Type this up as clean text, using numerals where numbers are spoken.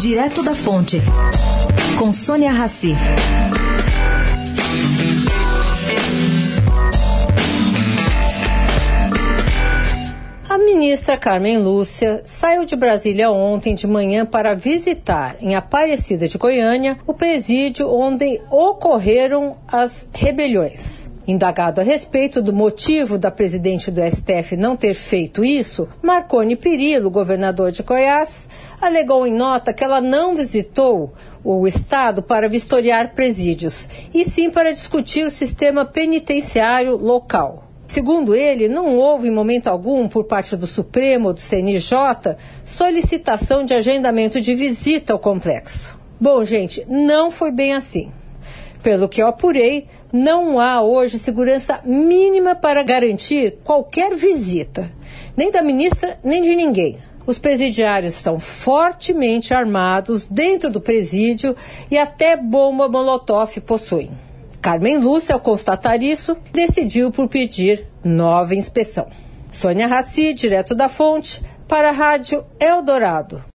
Direto da Fonte, com Sônia Rassi. A ministra Carmen Lúcia saiu de Brasília ontem de manhã para visitar, em Aparecida de Goiânia, o presídio onde ocorreram as rebeliões. Indagado a respeito do motivo da presidente do STF não ter feito isso, Marconi Perillo, governador de Goiás, alegou em nota que ela não visitou o estado para vistoriar presídios, e sim para discutir o sistema penitenciário local. Segundo ele, não houve em momento algum, por parte do Supremo ou do CNJ, solicitação de agendamento de visita ao complexo. Bom, gente, não foi bem assim. Pelo que eu apurei, não há hoje segurança mínima para garantir qualquer visita, nem da ministra, nem de ninguém. Os presidiários estão fortemente armados dentro do presídio e até bomba molotov possuem. Carmen Lúcia, ao constatar isso, decidiu por pedir nova inspeção. Sônia Rassi, direto da Fonte, para a Rádio Eldorado.